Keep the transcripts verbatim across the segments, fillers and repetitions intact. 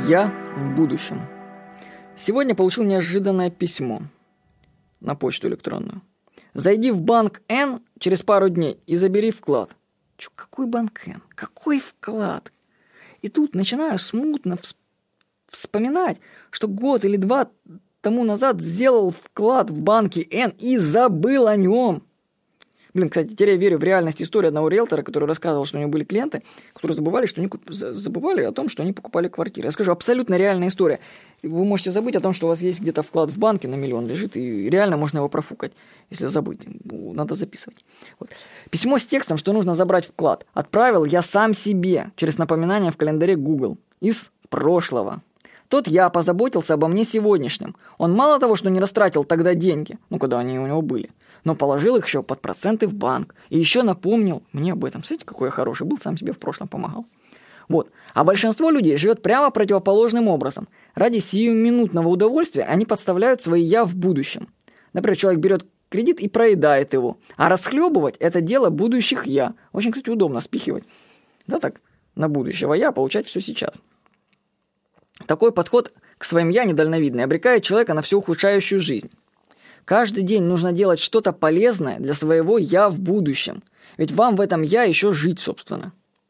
Я в будущем. Сегодня получил неожиданное письмо на почту электронную. Зайди в банк Н через пару дней и забери вклад. Чё, какой банк Н? Какой вклад? И тут начинаю смутно всп- вспоминать, что год или два тому назад сделал вклад в банке Н и забыл о нем. Блин, кстати, теперь я верю в реальность истории одного риэлтора, который рассказывал, что у него были клиенты, которые забывали, что они куп... забывали о том, что они покупали квартиры. Я скажу, абсолютно реальная история. Вы можете забыть о том, что у вас есть где-то вклад в банке на миллион лежит, и реально можно его профукать, если забыть. Надо записывать. Вот. Письмо с текстом, что нужно забрать вклад, отправил я сам себе через напоминание в календаре Google из прошлого. Тот я позаботился обо мне сегодняшнем. Он мало того, что не растратил тогда деньги, ну, когда они у него были, но положил их еще под проценты в банк. И еще напомнил мне об этом. Смотрите, какой я хороший был, сам себе в прошлом помогал. Вот. А большинство людей живет прямо противоположным образом. Ради сиюминутного удовольствия они подставляют свои «я» в будущем. Например, человек берет кредит и проедает его. А расхлебывать – это дело будущих «я». Очень, кстати, удобно спихивать. Да, так, на будущего «я», получать все сейчас. Такой подход к своим «я» недальновидный обрекает человека на всю ухудшающую жизнь. Каждый день нужно делать что-то полезное для своего «я» в будущем. Ведь вам в этом «я» еще жить, собственно.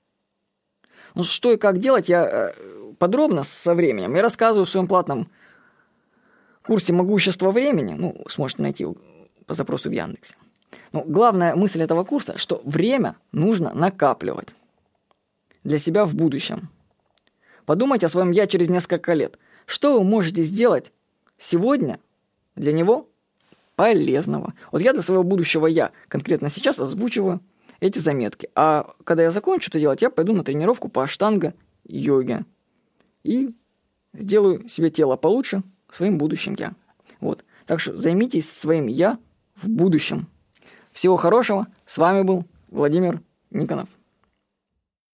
Ну, что и как делать, я подробно со временем. Я рассказываю в своем платном курсе «Могущество времени». Ну, сможете найти по запросу в Яндексе. Но главная мысль этого курса, что время нужно накапливать для себя в будущем. Подумайте о своем «я» через несколько лет. Что вы можете сделать сегодня для него полезного? Вот я для своего будущего «я» конкретно сейчас озвучиваю эти заметки. А когда я закончу это делать, я пойду на тренировку по аштанга-йоге и сделаю себе тело получше своим будущим «я». Вот. Так что займитесь своим «я» в будущем. Всего хорошего. С вами был Владимир Никонов.